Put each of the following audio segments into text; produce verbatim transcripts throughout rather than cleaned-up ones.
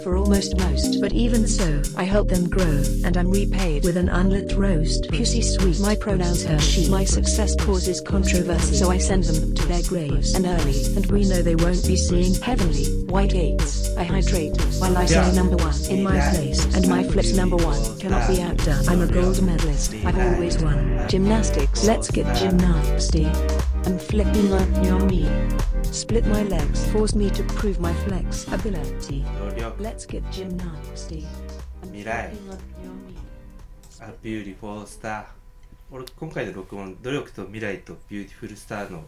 for almost most, but even so, I help them grow, and I'm repaid with an unlit roast. Pussy sweet, my pronouns her, she. My success causes controversy, so I send them to their graves, and early, and we know they won't be seeing heavenly white gates. I hydrate, while I say number one in my place, and my flips number one cannot be outdone. I'm a gold medalist, I've always won. Gymnastics, let's get gymnasty. I'm flipping on your me. Split my legs, force me to prove my flexibility. Let's get gymnasty. 未来 A Beautiful Star。 俺今回の録音、努力と未来とビューティフルスターの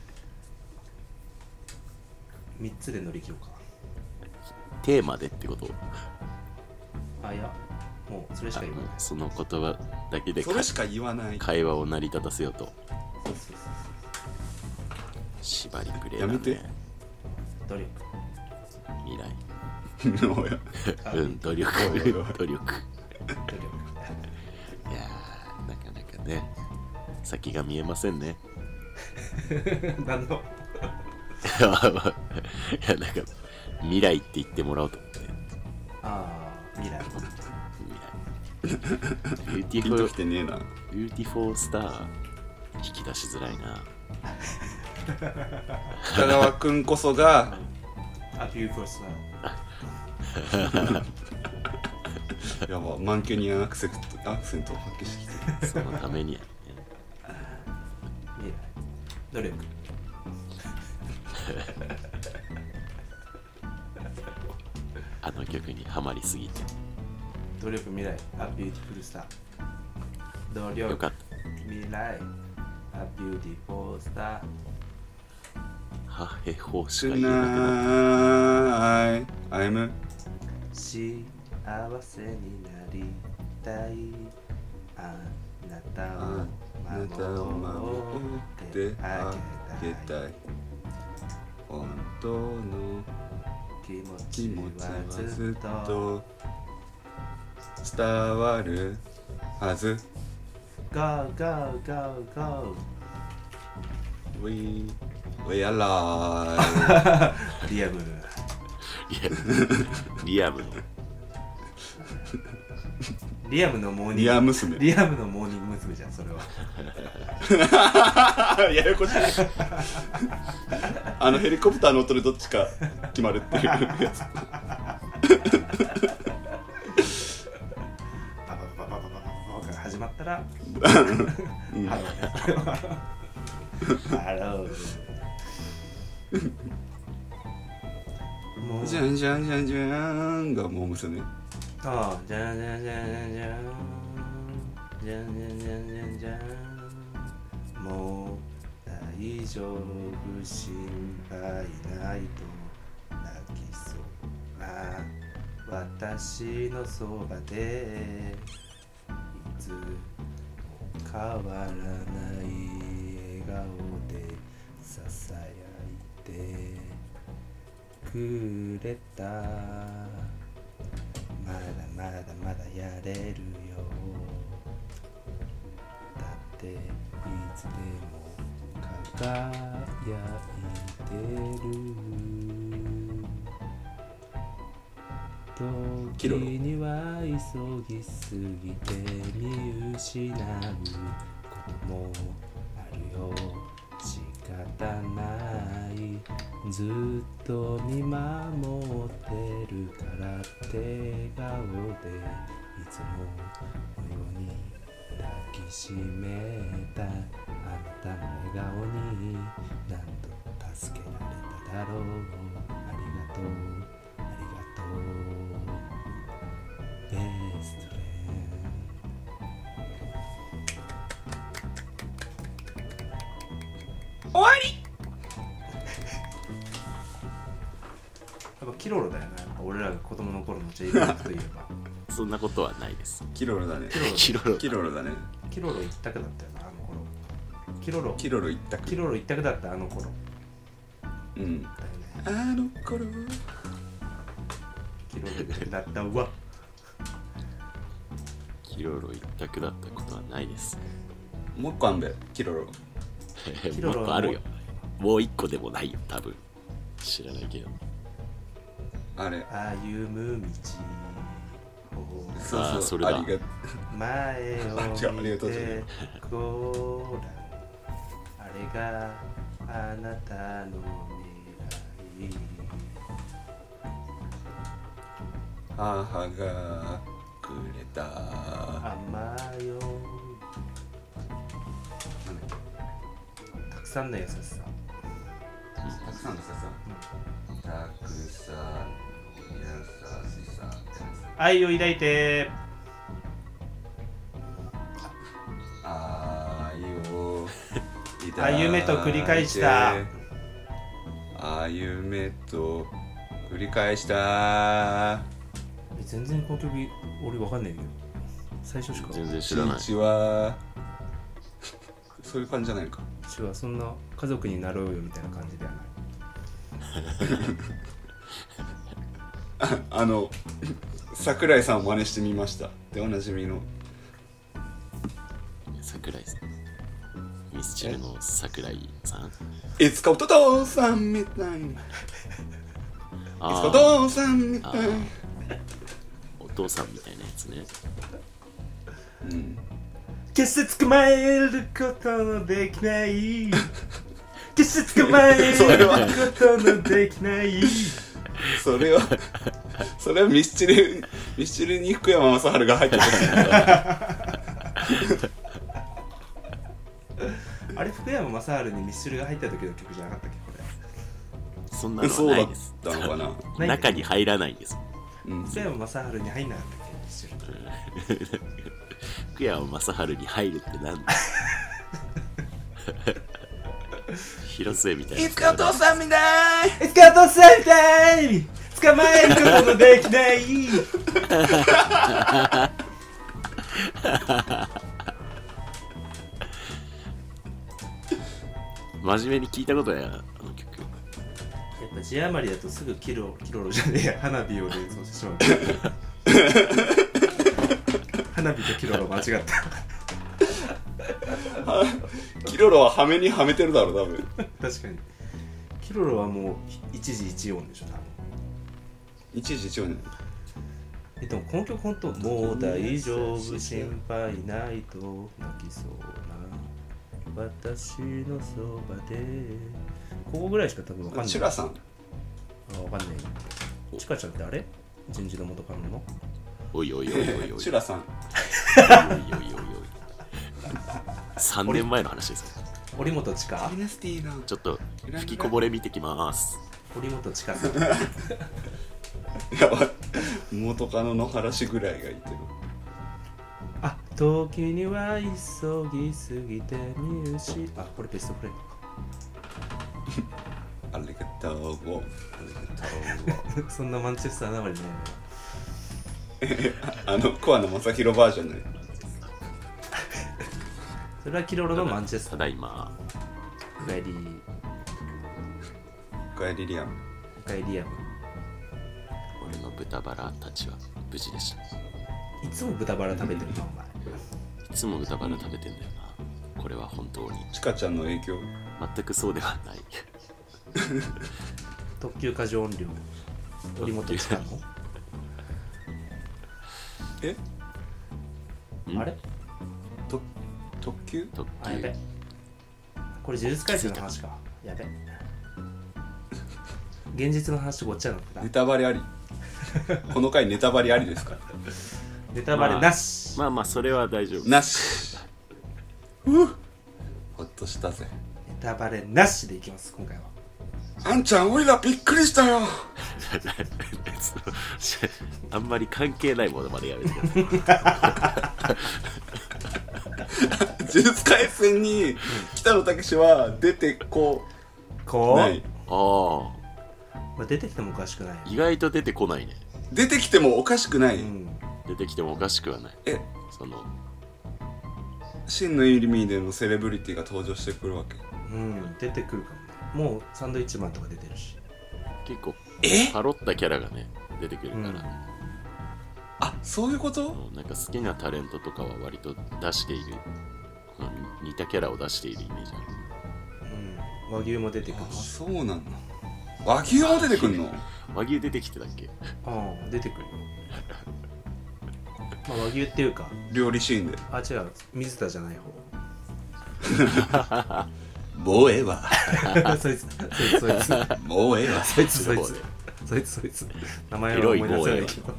みっつで乗り切ろうか。 テーマでってこと？ あ、いや、もうそれしか言わない。 その言葉だけでそれしか言わない会話を成り立たせようと。 そうそうそう縛りくれやめて。 努力未来おやうん努力おいおいおい努力努力いやーなかなかね先が見えませんね何のいやなんか未来って言ってもらおうと思って。 ああ、未来未来ビューティピンとフルきてねえなビューティフォースター引き出しづらいな。 北川くんこそが A Beautiful Star。 やばマンキュニアンアクセントアクセントを発揮してきてそのために未来努力あの曲にハマりすぎて努力未来 A Beautiful Star。 努力よかった。 未来 A Beautiful Star。 はへほしか言えなくなっ Tonight I'm 幸せになりたいあなたをあなたを守ってあげたい本当の気持気ち持ちははずずっっとと伝わるはず Go go go go We We alive リアムリアムのリアムのモーニングリア娘リアムのモーニング娘。じゃんそれはややこしいあのヘリコプターの音でどっちか決まるっていうやつパパパパパパパパから始まったらハローハローもうじゃんじゃんじゃんじゃんがもう娘ああじゃんじゃんじゃんじゃんじゃんじゃんじゃんじゃんじゃんじゃんもう大丈夫心配ないと泣きそうな私のそばでいつも変わらない笑顔でささやいてくれたまだまだまだやれるよだっていつでも輝いてる時には急ぎすぎて見失うこともあるよ仕方ないずっと見守ってるからって笑顔でいつものように抱きしめたあなたの笑顔に何度助けられただろうありがとうありがとうベストフレンド終わりやっぱキロロだよね。俺らが子供の頃の J リーグといえばそんなことはないです。 キロロだねキロロキロロだねキロロ一択だったよなあの頃。キロロキロロ一択キロロ一択だったあの頃うんだよね。 あの頃キロロ一択だったわ。 キロロ一択だったことはないです。 もう一個あんべキロロキロロもう一個あるよ。もう一個でもないよ多分。知らないけど。 あれ歩む道そうそう、 それだ。 ありが前を見ありがとうてごらん、あれがあなたの未来。 母がくれた甘よたくさんの優しさ、 たくさんの優しさ、うん、たくさんの優しさ、 愛を抱いて愛を歩めと繰り返した歩めと繰り返した。 全然この曲俺わかんないけど最初しか全然知らない。 父はそういう感じじゃないか。 父はそんな家族になろうよみたいな感じではないあ, あの桜井さんを真似してみましたでおなじみの桜井さん、ミスチルの桜井さん。 いつかお父さんみたいにいつかお父さんみたいにお父さんみたいなやつね。 うん。決して捕まえることのできない決して捕まえることのできないそれはそれはミスチルミスチルに福山雅治が入ってたあれ福山雅治にミスチルが入った時の曲じゃなかったっけこれ。 そんなのはないです。 そうだったのかな中に入らないんです。 うん、福山雅治に入んなかったっけミスチル。 福山雅治に入るってなんだ広末みたいな。 いつかお父さんみたいいつかお父さんみたい捕まえることのできない真面目に聞いたことないな、あの曲。 やっぱ字余りだとすぐキロキロロじゃねえや花火を連想してしまう花火とキロロ間違ったキロロはハメにはめてるだろ多分確かにキロロはもう一時一音でしょ多分。 一時一音ね。 えでもこの曲本当もう大丈夫心配ないと泣きそうな私のそばでここぐらいしか多分わかんない。 チュラさんあわかんない。チカちゃんってあれ人事の元カノのおいおいおいおいおいチュラさんおいおいおいおいさんねんまえの話ですよ。 堀本千佳ちょっと吹きこぼれ見てきます。 堀本千佳さんやばい元カノの話ぐらいがいてる。 あ、時には急ぎすぎて見失あ、これベストフレンドありがとうありがとうそんなマンチェスターなまりないあの桑名正宏バージョンね。 それはキロロのマンチェスター。 ただいまおかえりおかえりリアムおかえりリアム。 俺の豚バラたちは無事でした。 いつも豚バラ食べてるなお前。 いつも豚バラ食べてんだよな。これは本当にチカちゃんの影響。 全くそうではない特急過剰音量堀本千佳のえあれと特急特急あやべこれ呪術廻戦の話か。やべ現実の話とごっちゃになってた。 ネタバレありこの回ネタバレありですからネタバレなし、 まあ、まあまあそれは大丈夫なしうほっとしたぜ。 ネタバレなしでいきます今回は。 あんちゃんおいらびっくりしたよあんまり関係ないものまでやめてください呪術廻戦に北野武は出てここうないあまあ、出てきてもおかしくない。 意外と出てこないね。 出てきてもおかしくない、 うん、 出てきてもおかしくはない。 えその真の意味でのセレブリティが登場してくるわけ。 うん出てくるかもね。もうサンドイッチマンとか出てるし結構えパロったキャラがね出てくるから、うん、 あそういうこと。 なんか好きなタレントとかは割と出している、似たキャラを出しているイメージある。 うん和牛も出てくるあし。 そうなんだ。 和牛も出てくんの？ 和牛出てきてたっけ？ ああ出てくるよまあ和牛っていうか料理シーンで。 あ違う水田じゃないもうええわ。 方そいつそいつそいつもうええわ。 そいつそいつそいつそいつ名前は思い出せないけど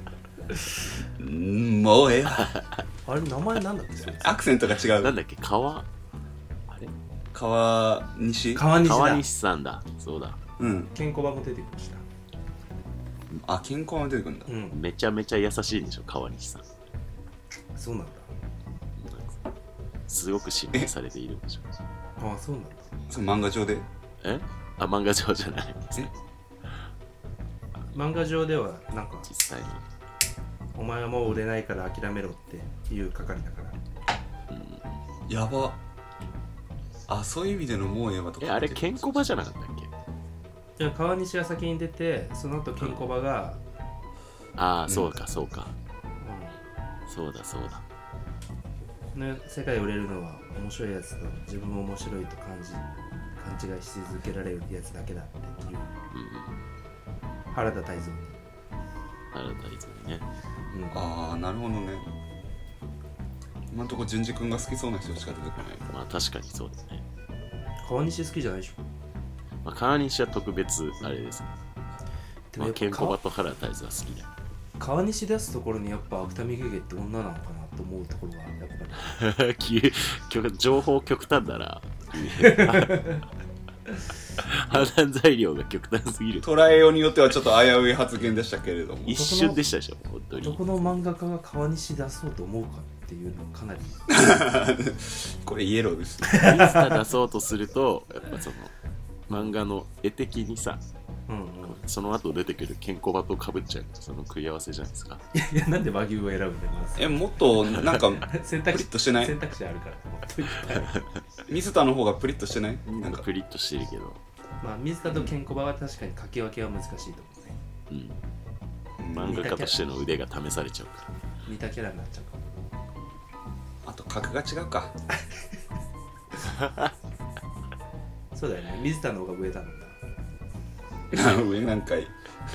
うんもうええわ。 あれ名前なんだっけそいつアクセントが違う。 なんだっけ川あれ川西。 川西だ川西さんだ。そうだ。 うん。 ケンコバも出てきましたあ、健康も出てくるんだ。 うんめちゃめちゃ優しいでしょ川西さん。 そうなんだすごく信頼されているんでしょ。 ああそうなんだその漫画上で。 えあ漫画上じゃないえ漫画上ではなんか実際に。 お前はもう売れないから諦めろっていう係だからやば。あ、そういう意味でのもうええわとか。 えあれケンコバじゃなかったっけ？ じゃあ川西が先に出てその後ケンコバが、 ああそうかそうか。 うそうだそうだ。 んね、世界を売れるのは面白いやつと自分も面白いと感じ勘違いし続けられるやつだけだっていううん原田泰造に、 原田いつもね。 うん、 ああ、なるほどね。今んとこ淳二君が好きそうな人しか出てこない。 まあ確かにそうですね。 川西好きじゃないでしょまあ川西は特別あれですね。まあでもやっぱケンコバと原田いつは好きだ。 川西出すところにやっぱ芥見ゲゲって女なのかなと思うところがやっぱり急極情報極端だな。判断材料が極端すぎる。 捉えようによってはちょっと危うい発言でしたけれども。 一瞬でしたでしょ本当に。 どこの漫画家が川西出そうと思うかっていうのはかなりこれイエローです。 インスタ出そうとするとやっぱその漫画の絵的にさ、 うんうんその後出てくるケンコバと被っちゃうその組み合わせじゃないですか。 いやなんで和牛を選ぶんだよまずえ、もっとなんか選択肢プリッとしてない？ 選択肢あるからもっといっぱい水田の方がプリッとしてない？なんかプリッとしてるけど、 まあ水田とケンコバは確かに書き分けは難しいと思うねうん、漫画家としての腕が試されちゃうから。 似たキャラになっちゃうかあと格が違うか。 らそうだよね水田の方が上だもんなあの上なんかい。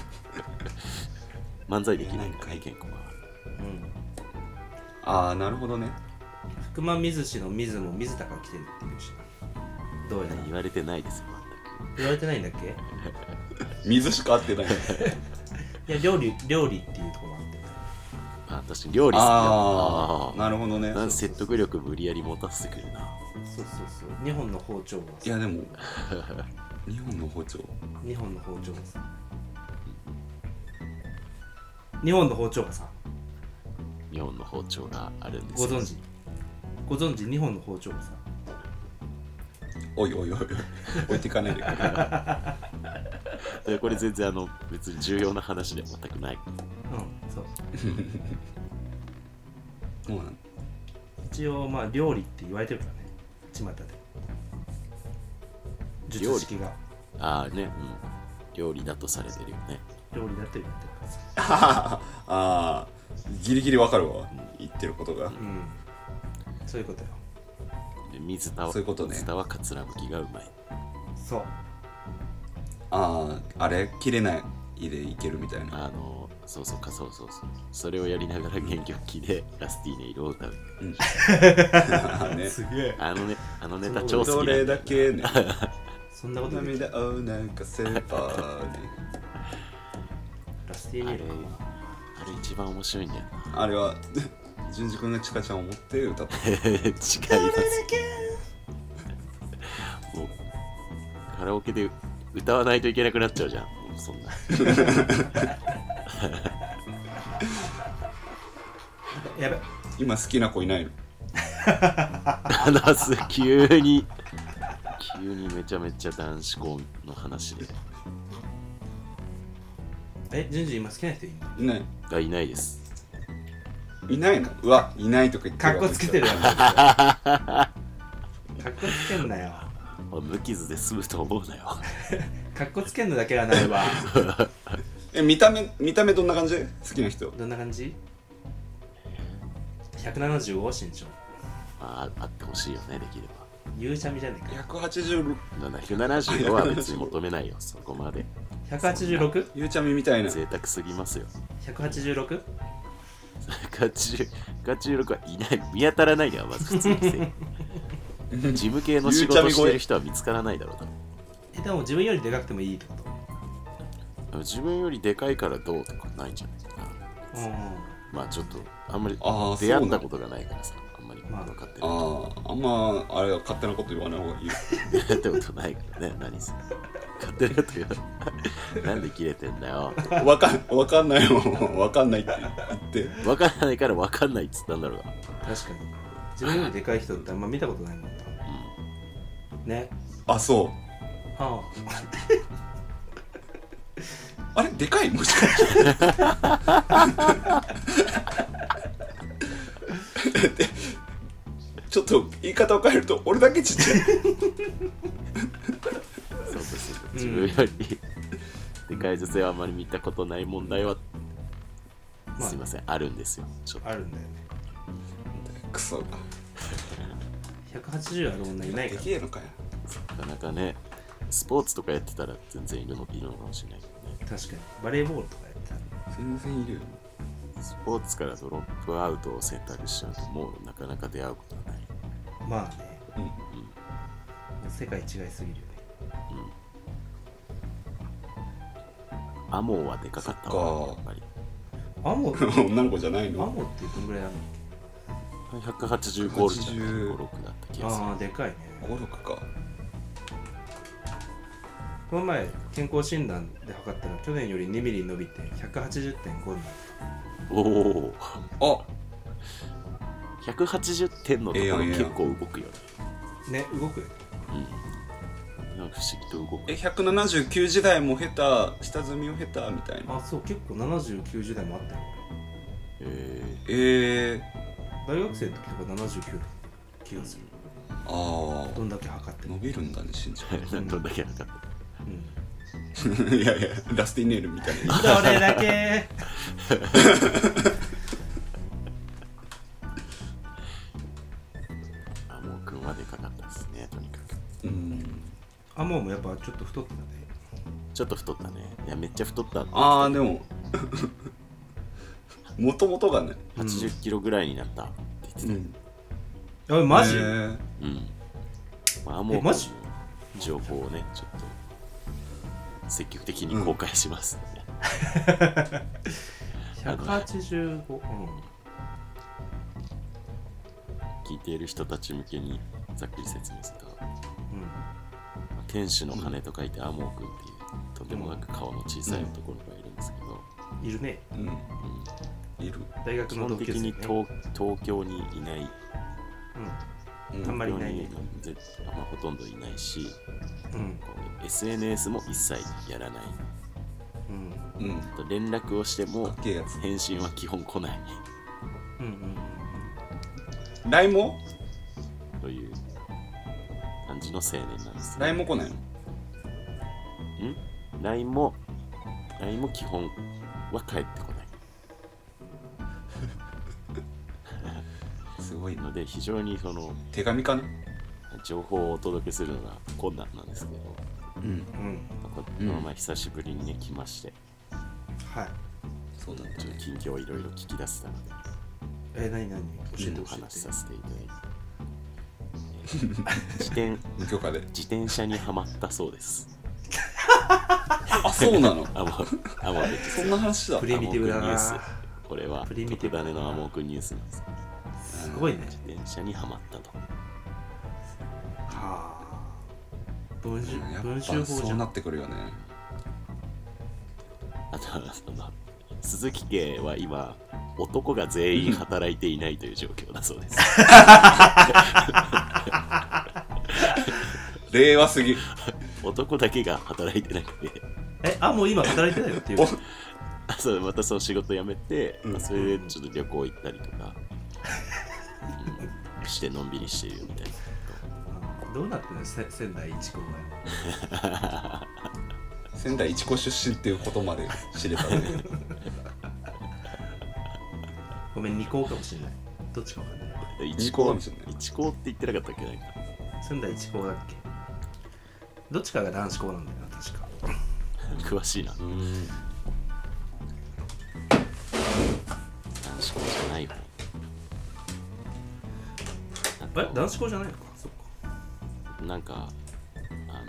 漫才できないなんかいケンコバは。 うんああ、なるほどね。 福間水氏の水も水田から来てるっていうしなどうやら言われてないですよ言われてないんだっけ水しか合ってない。 いや料理料理っていうところもあって全く。あ確かに料理好きだああ、なるほどね。 なん説得力無理やり持たせてくるな。 そうそうそうにほんの包丁がさいやでも日本の包丁。 にほんの包丁がさにほんの包丁がさ日本の包丁があるんですよ。 ご存知ご存知にほんの包丁がさおいおいおい置いていかないでくれ。 でこれ全然あの別に重要な話では全くない。 うんそうそうなん一応まあ料理って言われてるからね巷で術式がああね、うん、料理だとされてるよね。 料理だって言われてるからさああ、ギリギリわかるわ、言ってることが。 うんそういうことよで水田はそういうことね水田はかつらむきがうまい。 そうああ、あれ切れないでいけるみたいな。 あのそうそうかそうそうそうそれをやりながら原曲機でラスティーネ色を歌う。 ね、 すげえあのねあのネタ超好きなんだよどれだけね。 そんなこと言う涙を流せばね。 ラスティーあれネイルあれ一番面白いんだよな。 あれは淳二君がチカちゃんを持って歌って違いますもうカラオケで歌わないといけなくなっちゃうじゃんもうそんなやべ今好きな子いないの？ 話す急に急にめちゃめちゃ男子校の話で。 えジュンジュン今好きな人いるのいないがいないです。 いないの？うわ、いないとか言ってかっこつけてるやんかっこつけんなよ無傷で済むと思うなよかっこつけんのだけはないわえ、見た目見た目どんな感じ？好きな人？ どんな感じ ?ひゃくななじゅうご 身長まああってほしいよねできれば。 ゆうちゃみじゃねえか。 ひゃくはちじゅうろくひゃくななじゅうごは別に求めないよそこまで。 ひゃくはちじゅうろく？ ゆうちゃみみたいな。 贅沢すぎますよ。 ひゃくはちじゅうろく？ ひゃくはちじゅう、ひゃくはちじゅうろくはいない、見当たらないではまず普通にせ事務系の仕事してる人は見つからないだろうだろ。 え、でも自分よりでかくてもいいってこと？ でも自分よりでかいからどうとかないんじゃないかな。 うん。 まあちょっとあんまりあー出会ったことがないからさ、あんまり分かってない。 ああ、あんまあれは勝手なこと言わない方がいいよ。 出会ったことないからね、何する。勝手なこと言わない。なんで切れてんだよ。 わかん、わかんないもん。わかんないって言って。 分かんないから分かんないっつったんだろうが。 確かに。自分よりでかい人ってあんま見たことないもんな。ね。 あ、そう。 ああれでかいもしかしてでちょっと言い方を変えると俺だけちっちゃいそうです自分よりでかい女性はあんまり見たことない問題は、 まあ、 すいませんあるんですよ。ちょっとあるんだよね。 クソがひゃくはちじゅうある女いないから。 できえのかよ。 なかなかねスポーツとかやってたら全然いるのいるのかもしれないけどね。 確かにバレーボールとかやってたら全然いるよ。 スポーツからドロップアウトを選択しちゃうともうなかなか出会うことはない。 まあね、 うん、 世界違いすぎるよね。 アモーはでかかったわやっぱり。 アモ女の子じゃないアの。 モってどんぐらいあるの？ ひゃくはちじゅうごルじゃないご、ろくだった気がする。 ああでかいね。 ご、ろくか。 この前健康診断で測ったら去年よりにミリ伸びて ひゃくはちじゅってんご になる。 おおあ、 ひゃくはちじゅってんのところ結構動くよね。 ね、動くよね。 うん。なんか不思議と動く。 え、ひゃくななじゅうきゅう時代も経た、下積みを経たみたいな。 あ、そう、結構ななじゅうきゅうじゅう代もあったよ。 ええー、 大学生の時とかななじゅうきゅうだった気がする。 あどんだけ測ってあ、 も伸びるんだね、身長。 ー、どんだけなかった。 うん。 いやいや、ラスティネイルみたいな。 どれだけアモー君はでかかったですね、とにかく。 うん。 アモもやっぱちょっと太ってたね。 ちょっと太ったね。いや、めっちゃ太った。 ああ、でも、もともとがね。 はちじゅっキロぐらいになったって言ってた。 ん。 あ、マジ？ えーうん。まあ、アモーえマジ君の情報をね、ちょっと積極的に公開します、ね。 ひゃくはちじゅうご、うん、 聞いている人たち向けにざっくり説明すると、天使の羽と書いてアモー君っていうとんでもなく顔の小さい男の子がいるんですけど、 うん、いるね。 うん。いる。 大学基本的の同級生、ね、 に 東, 東京にいない、 うん、 うんあんまりいないね。 東京にぜあんまほとんどいないし、 うんこう エスエヌエス も一切やらない。 うんうん。 あと連絡をしてもかっけえやつ。 返信は基本来ないうんうんラインもという感じの青年なんですよ。 ラインも来ないの。 ん ライン も ライン も基本は返ってこないすごいな。 ので非常にその手紙かな。 情報をお届けするのが困難なんですけど、 うん。 うん。 このまま久しぶりにね来まして、 はい。 そうだね。 ちょっと近況をいろいろ聞き出せたのでえ、なになに教えてお教えて。 話しさせていただいて、えー自転無許可で。 自転車にはまったそうです。 あ、そうなの。 アモアモでそんな話だプ。リミティブだアモークニュースな。 これはプリミティブだな特ダネのアモークニュースなんです。 すごいね。 自転車にはまったと。 はあ。文集やっ文集ぱ法じゃん。 そうなってくるよね。 あとはその鈴木家は今男が全員働いていないという状況だそうです。 令和すぎ。 男だけが働いてなくて、 え、あ、もう今働いてないよっていう。 あそうまたその仕事辞めて、 うんまあそれでちょっと旅行行ったりとか、うんしてのんびりしてるみたいな。 どうなってんのせ仙台一高が。 仙台一高出身っていうことまで知れたね。 ごめん、二高かもしれない。どっちかわかんない。 一高二高かもしれない一高って言ってなかったっけなんか仙台一高だっけ。どっちかが男子校なんだよな確か。 詳しいな。 うん男子校じゃない方。 え男子校じゃないのか。そっか。 なんかあの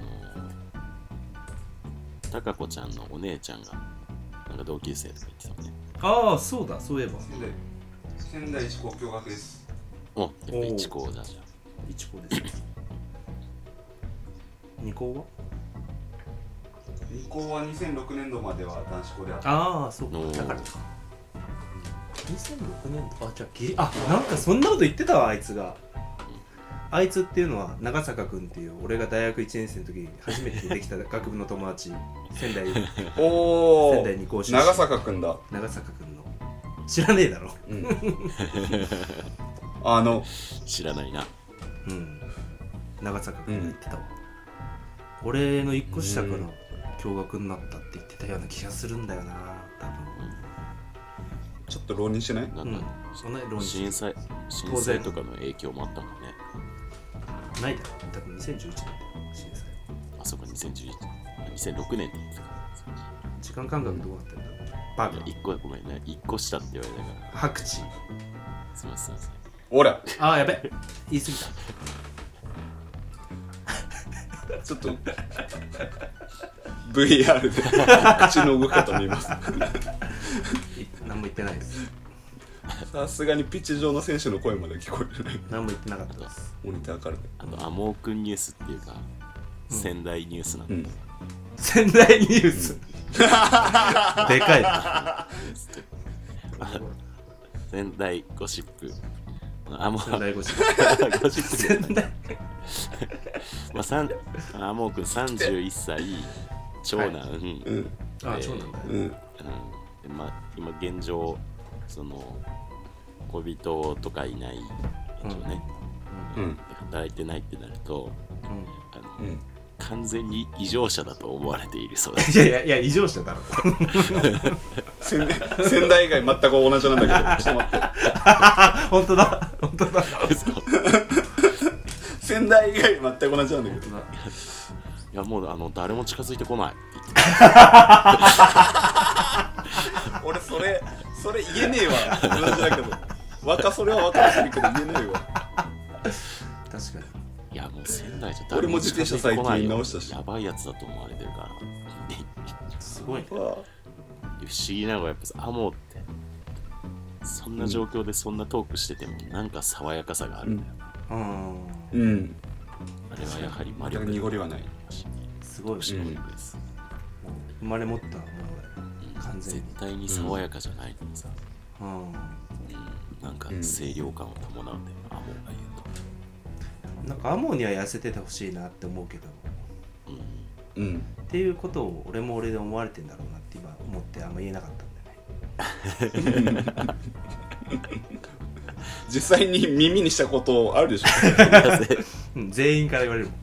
たかこちゃんのお姉ちゃんがなんか同級生とか言ってたもんね。 ああそうだそういえば。 仙台仙台一高共学です。 お、やっぱ一高だじゃん。 一校です。二校は？ 二高はにせんろくねんどまでは男子校であった。 ああそうか。 おーだからか。にせんろくねん度あじゃあギリあなんかそんなこと言ってたわあいつが。あいつっていうのは長坂くんっていう俺が大学いちねん生の時に初めてできた学部の友達仙台お仙台二高出身長坂くんだ。 長坂くんの知らねえだろ。 うんあの知らないな。 うん長坂くんが言ってたわ、うん、俺のいっこ下から共学になったって言ってたような気がするんだよな多分。 ちょっと浪人してない？ なんか、 うん、そんな浪人震災震災とかの影響もあったもんね。 ないだろ多分にせんじゅういちねんだよ震災。 あそこにせんじゅういちにせんろくねんって言ってたから。 時間感覚どうなってんだろうバカいや一個ごめんね一個下って言われたから白痴。 すみませんすみません。 ほらああやべ言い過ぎた。 ちょっと ブイアール で口の動き方見ます何も言ってないです。 さすがにピッチ上の選手の声まで聞こえてない。 何も言ってなかったです。 モニターからあとアモーくんニュースっていうか、うん、仙台ニュースなんで、うん、 仙台ニュース、うん、でかい仙台ゴシップあもう仙台ゴシップゴシップ仙台まあさんあもうくんさんじゅういっさい長男、はいうん、 あ長男だよ、 うんうん、でまあ今現状その恋人とかいない現状ね、うんうん、で働いてないってなると、うん、あの、うん、完全に異常者だと思われているそうです。 いやいやいや異常者だろ仙台仙台以外全く同じなんだけどちょっと待って本当だ本当だ仙台以外全く同じなんだけどいやもうあの誰も近づいてこないって言って俺それそれ言えねえわ同じだけど若それは若すぎるけど言えねえわ確かに。 いやもう仙台じゃ俺も自転車最近直したしやばいやつだと思われてるからすごいね。 不思議なのがやっぱアモってそんな状況でそんなトークしててもなんか爽やかさがあるんだよ、 うん、 うん、 あれはやはり魔力濁りはない。 すごいすごいです、 うん、生まれ持ったものだよ、 うん、 完全に絶対に爽やかじゃないのにさ、 うんうん、 なんか清涼感を伴うんだよ、アモが言うと。 なんかアモには痩せててほしいなって思うけど、 うん、 っていうことを俺も俺で思われてんだろうなって今思ってあんま言えなかったんだよね実際に耳にしたことあるでしょうん、全員から言われるもん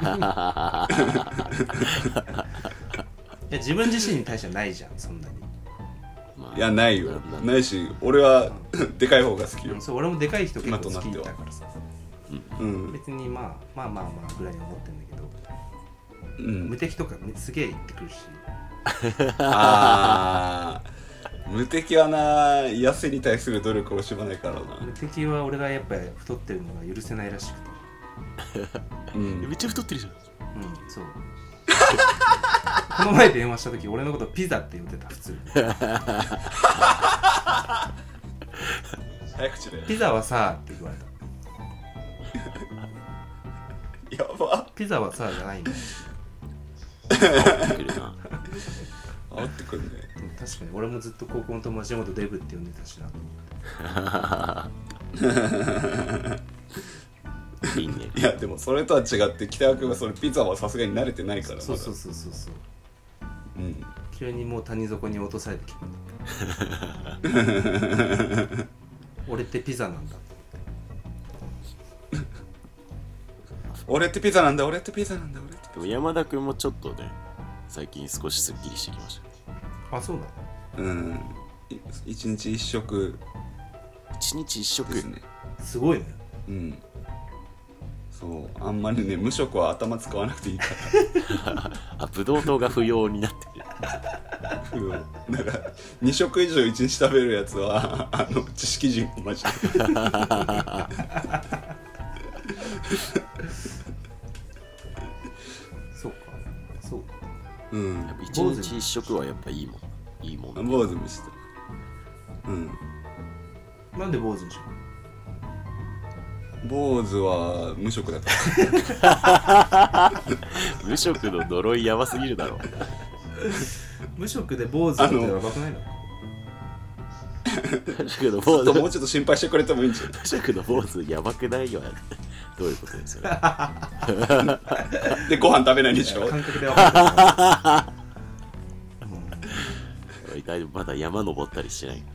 いや自分自身に対してはないじゃんそんなに、 まあ、いやないよないし俺は、うん、でかい方が好きよ、 うん、そう俺もでかい人結構好きだからさ、 うん、 別にまあまあまあまあぐらいに思ってんだけど、 うん、 無敵とかすげえ言ってくるしあー無敵はな痩せに対する努力をしまないからな。 無敵は俺がやっぱり太ってるのが許せないらしくて、 うん、めっちゃ太ってるじゃん。 うんそうこの前電話した時俺のことピザって言ってた普通に早口でピザはさって言われたやばピザはさじゃないんだよあってくるね。 確かに俺もずっと高校の友達のことデブって呼んでたしないいね。 いやでもそれとは違って北川君はそれピザはさすがに慣れてないからそうそうそうそうそう、 うん、 急にもう谷底に落とされてきた俺ってピザなんだ俺ってピザなんだ俺ってピザなんだ俺ってでも山田君もちょっとね最近少しスッキリしてきました。 あそうだうん一日一食一日一食ですね。 すごいね。 うんそうあんまりね無色は頭使わなくていいからあ、ブドウ糖が不要になってくる。 だからに食以上いちにち食べるやつはあの知識人マジでそうかそうかうんいちにちいっ食はやっぱいいもんいいもん、ね、 坊主にしたうんなんで坊主にしよ坊主は無色だから無色の呪いやばすぎるだろ。 無色で坊主ってやばくないの？ 無色の坊主ちょっともうちょっと心配してくれてもいいんじゃない無色の坊主やばくないよ。どういうことですよね。 でご飯食べないでしょ感覚で分か大体まだ山登ったりしてない。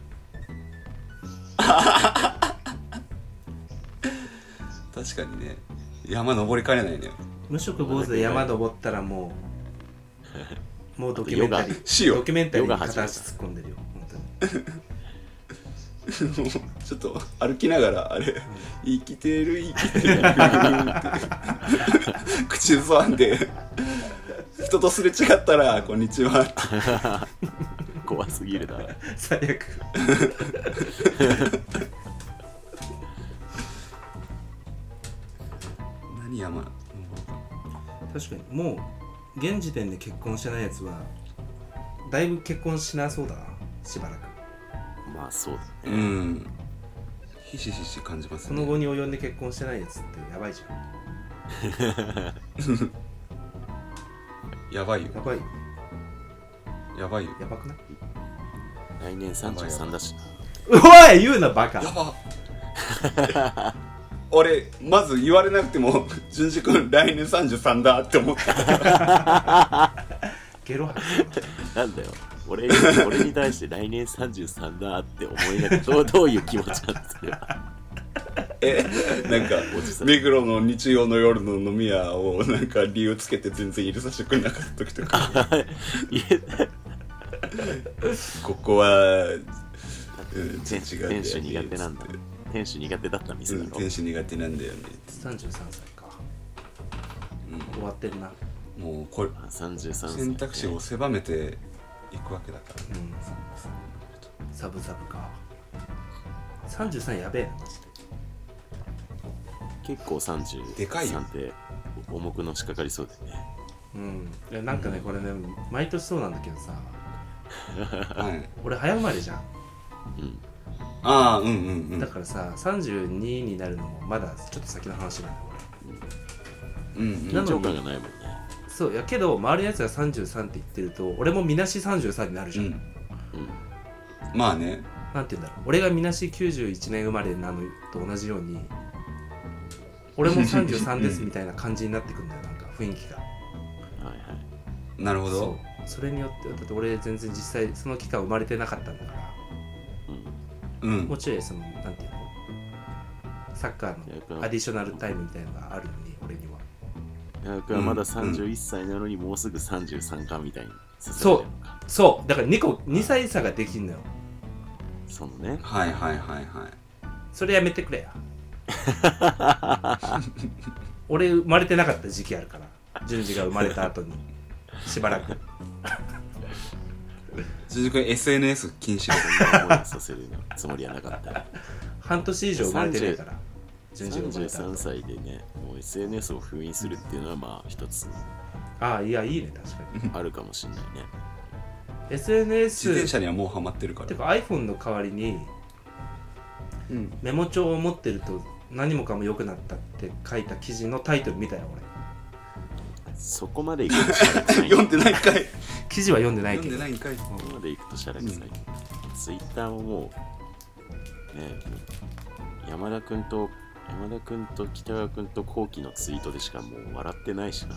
確かにね山登りかねないね無色坊主で山登ったらもうもうドキュメンタリー死よドキュメンタリーにヨガ始めた片足突っ込んでるよ本当にもうちょっと歩きながらあれ、うん、生きてる生きてる口ずさんで人とすれ違ったらこんにちはって怖すぎるな最悪何山確かにもう現時点で結婚してないやつはだいぶ結婚しなそうだなしばらく。 まあそうだうね。 んひしひし感じますね。 その後に及んで結婚してないやつってやばいじゃんやばいよやばいよやばいよやばくない？ 来年さんじゅうさんだしな。 おい言うなバカ。 やば俺まず言われなくても淳二君来年さんじゅうさんだって思ったゲロ吐くなんだよ俺俺に対して来年さんじゅうさんだって思いながらどうどういう気持ちなんですか。 えなんか目黒の日曜の夜の飲み屋をなんか理由つけて全然入れさせてくれなかった時とかここは、うん、 店主店主苦手なんだ。店主苦手だった店だろ、 うん、店主苦手なんだよね。 さんじゅうさんさいか、 うん、 終わってるな。 もうこれさんじゅうさんさい、ね、 選択肢を狭めていくわけだからね、 うん、サブサブか。さんじゅうさんやべえなマジで。 結構さんじゅうさんって重くのしかかりそうだよね。 うん、なんかね、うん、これね毎年そうなんだけどさはい、俺早生まれじゃん、 うん、 ああうんうんうんだからささんじゅうにになるのもまだちょっと先の話なんだよ俺、うんうん、緊張感がないもんね。 そうやけど周りのやつがさんじゅうさんって言ってると俺もみなしさんじゅうさんになるじゃん、うんうん、 まあねなんて言うんだろう、俺がみなしきゅうじゅういちねん生まれなのと同じように俺もさんじゅうさんですみたいな感じになってくるんだよ、なんか雰囲気が。 はいはい。 なるほど。 そう、それによってだって俺全然実際その期間生まれてなかったんだから、 うん、 もうちょいそのなんていうのサッカーのアディショナルタイムみたいなのがあるのに俺には。 僕はまださんじゅういっさいなのにもうすぐさんじゅうさんかみたいにさせられるのか。そうそうだからにこにさい差ができんのよ。 そのね。 はいはいはいはい。 それやめてくれや。俺生まれてなかった時期あるから順次が生まれた後にしばらく順次君 エスエヌエス 禁止でさせるつもりはなかった半年以上生まれてないから順次が生まれたさんじゅうさんさいでねもう エスエヌエス を封印するっていうのはまあ一つああいやいいね確かにあるかもしれないね。 エスエヌエス自転車にはもうハマってるからてか iPhone の代わりに、うん、メモ帳を持ってると何もかも良くなったって書いた記事のタイトル見たよ俺。 そこまでいくとしゃらくさい読んでないかい。 記事は読んでないけど読んでないんかい。 そこまでいくとしゃらくさい、うん、ツイッターももうね山田くんと山田くんと北川くんと後期のツイートでしかもう笑ってないしな。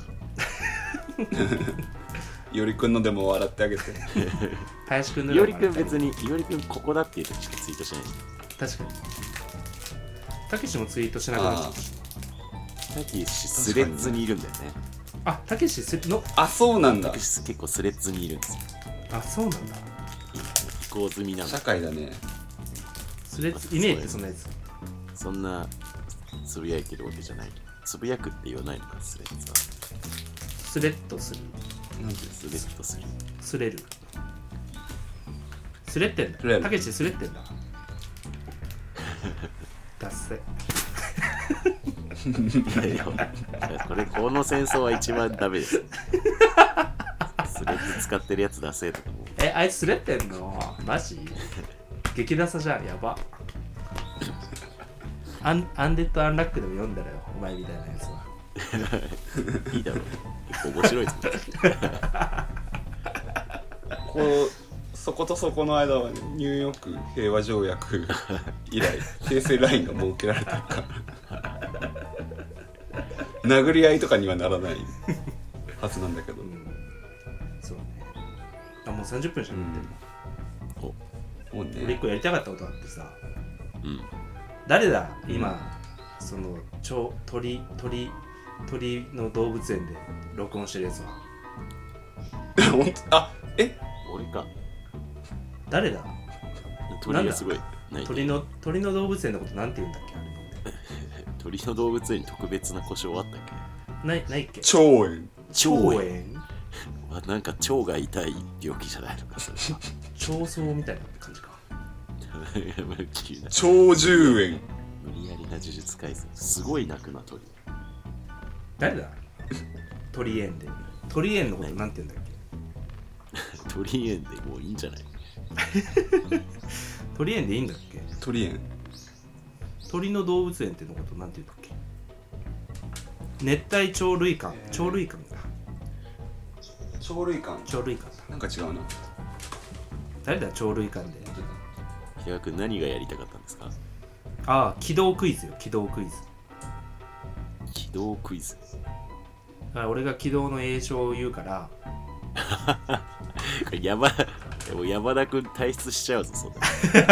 よりくんのでも笑ってあげて。 林くんのよりくん別によりくんここだっていう時しかツイートしない。 確かにたけしもツイートしなくなっちゃう。たけしスレッズにいるんだよね。 あ、たけしのあ、そうなんだ。 たけし結構スレッズにいるんですよ。 あ、そうなんだ。 移行済みなんだ。 社会だね。 スレッズいねえってそんなやつ。 そんなつぶやいてるわけじゃない。 つぶやくって言わないのか、スレッズは。 スレッドする。 なんでスレッドする。 スレる。スレってんだ。たけしスレってんだ。ダッセ。 いやこれこの戦争は一番ダメです。スレッド使ってるやつ出せとかも。 え、あいつスレってんの？マジ？激ダサじゃん、やば。アン, アンデッド・アンラックでも読んだらよ、お前みたいなやつは。 いいだろう。結構面白いですね。 こうそことそこの間は、ね、ニューヨーク平和条約以来訂正ラインが設けられてるから殴り合いとかにはならないはずなんだけど、うん、 そうね。あ、もうさんじゅっぷんしかやってるの、 うん、もうね、 俺一個やりたかったことあってさ、 うん、 誰だ今、うん、その超鳥鳥鳥の動物園で録音してるやつは。 あ、え、 俺か。 誰だ。 鳥がすごい。 鳥の鳥の動物園のことなんて言うんだっけ、あれ。 鳥の動物園に特別な故障あったっけ。ないないっけ。 腸炎。 腸炎。 なんか腸が痛い病気じゃないのか、それは。 腸瘡みたいな感じか。 超獣炎。 無理やりな呪術廻戦。すごい泣くな鳥。 誰だ。鳥園で。鳥園のことなんて言うんだっけ。 鳥園でもういいんじゃない。 鳥園でいいんだっけ。 鳥園。 鳥の動物園ってのことなんて言うんだっけ。熱帯鳥類館。鳥類館だ。 鳥類館。 鳥類館だ。 なんか違うな。 誰だ鳥類館で。 比嘉君何がやりたかったんですか。 ああ、軌道クイズよ。軌道クイズ。 軌道クイズ。 あ、俺が軌道の栄称を言うから。 山でも山田君退出しちゃうぞ、そんな。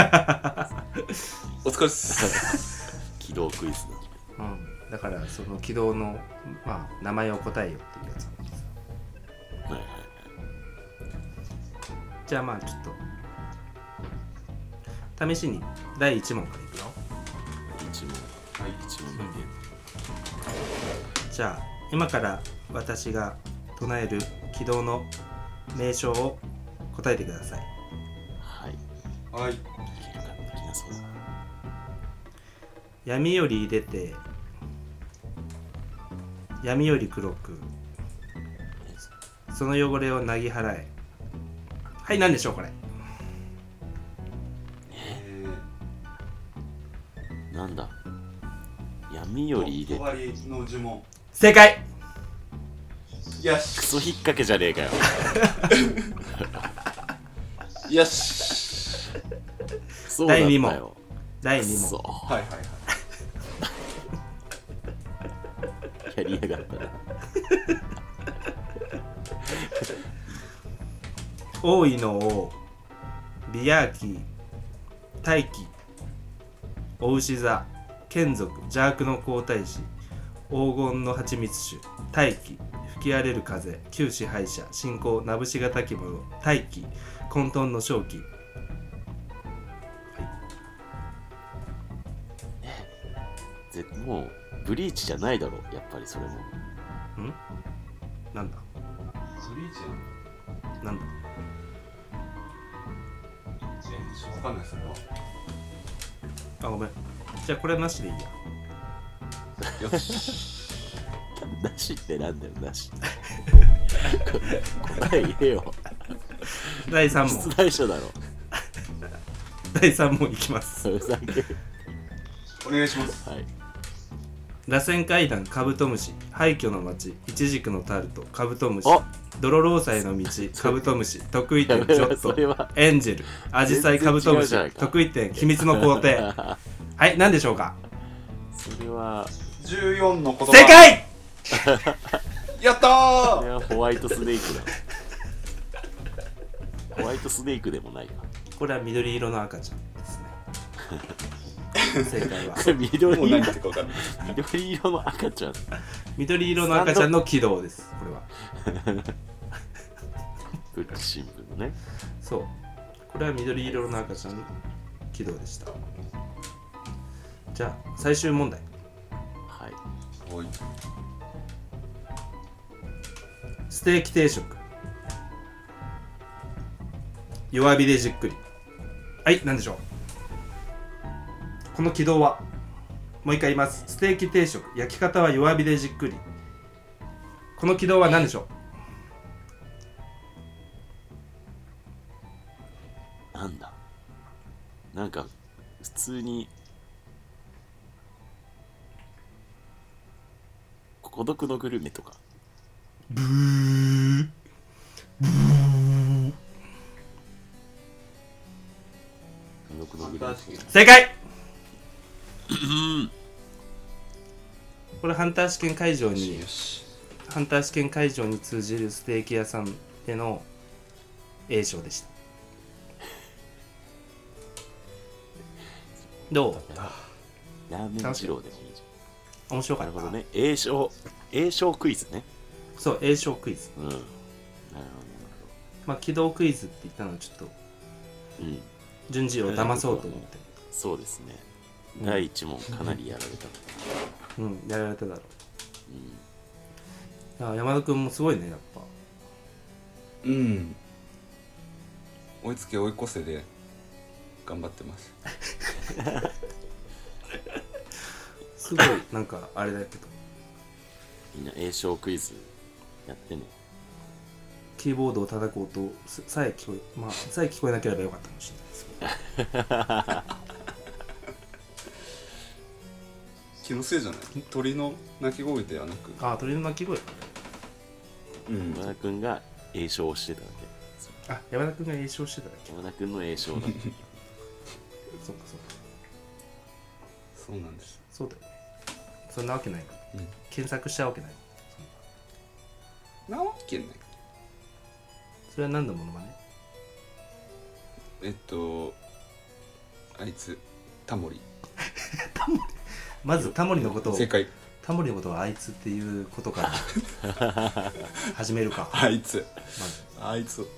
お疲れっす。軌道クイズだ、うん、だからその軌道の、まあ、名前を答えよっていうやつなんです。はいはいはい。じゃあまあちょっと試しにだいいち問からいくよ。 いち問。はい、いち問だけ、 うん、じゃあ今から私が唱える軌道の名称を答えてください。 はいはい。 闇より出て闇より黒く、その汚れをなぎ払え。はい、何でしょうこれ。 えー、なんだ。闇より出て終わりの呪文。 正解。 よし。 クソ引っ掛けじゃねえかよ。 よし。 そうだったよ。 だいに問。だいに問。 はいはいはい。 やりやがったな。 大いの王、ビヤーキー、大気、お牛座、眷属、邪悪の皇太子、黄金の蜂蜜酒、大気、吹き荒れる風、旧支配者、信仰、名節がたき者、大気、混沌の正気。 ぜもうブリーチじゃないだろう、やっぱりそれも。 んなんだブリーチなんだえ、わかんないそれは。 あ、ごめん。じゃあこれはなしでいいや。 よし。 なしってなんだよ、なし。答え言えよ。 だいさん問。 出題者だろ。 だいさん問いきます。 お願いします。 はい。 螺旋階段、カブトムシ、廃墟の町、イチジクのタルト、カブトムシ、 あ泥労災の道、カブトムシ、得意点、ジョッそれはト、エンジェル、アジサイ、カブトムシ、得意点、秘密の皇帝。はい、何でしょうか。 それはじゅうよんの言葉。 正解。 やったー。 それはホワイトスネークだ。ホワイトスネークでもないか。 これは緑色の赤ちゃんですね。正解は緑もう何言ってるか分かんない。 緑色の赤ちゃん。 緑色の赤ちゃんの軌道です。これはブッチ新聞のね。 そう、これは緑色の赤ちゃんの軌道でした。じゃあ最終問題。 はい。 はい。 ステーキ定食。弱火でじっくり。はい、なんでしょう。この軌道は、もう一回言います。ステーキ定食。焼き方は弱火でじっくり。この軌道は何でしょう。なんだ。なんか普通に孤独のグルメとか。 ブーブー。 孤独のグルメ。 正解。これハンター試験会場にハンター試験会場に通じるステーキ屋さんでの栄称でした。どう？ ラーメン二郎でもいいじゃん。面白かった。 なるほどね。栄称栄称クイズね。 そう、栄称クイズ。 うん。なるほど。 まあ軌道クイズって言ったのはちょっと、うん、順次を騙そうと思って。 そうですね。だいいち問かなりやられた。 うん、やられただろう。うん、山田君もすごいね、やっぱ。 うん。追いつけ追い越せで頑張ってます。 すごいなんかあれだけど。 みんな栄称クイズやってね。 キーボードを叩く音さえ聞こえ、まあさえ聞こえなければよかったかもしれないです。 気のせいじゃない？鳥の鳴き声ではなく。 ああ、鳥の鳴き声。 うん。山田くんが栄唱をしてただけ。あ、山田くんが栄唱してただけ。 山田くんの栄唱だって。 そっかそっか。 そうなんです。 そうだよね。そんなわけないから。うん、検索したわけない。 なわけない。 それは何のものまね？ えっとあいつタモリ。 タモリ。まずタモリのことを正解。 タモリのことをあいつっていうことから始めるか。 あいつ。 まずあいつ。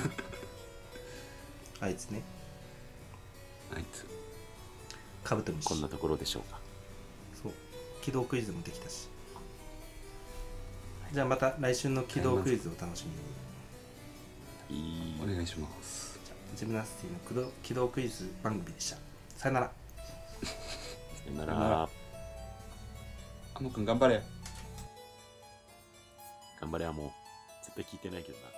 あいつね。 あいつ。 カブトムシ。 こんなところでしょうか。 そう。軌道クイズもできたし。じゃあまた来週の軌道クイズを楽しみに。 いい。 お願いします。 じゃあジムナスティの軌道クイズ番組でした。さよなら。 さよなら。 アモくん頑張れ。 頑張れ、アモ。絶対聞いてないけどな。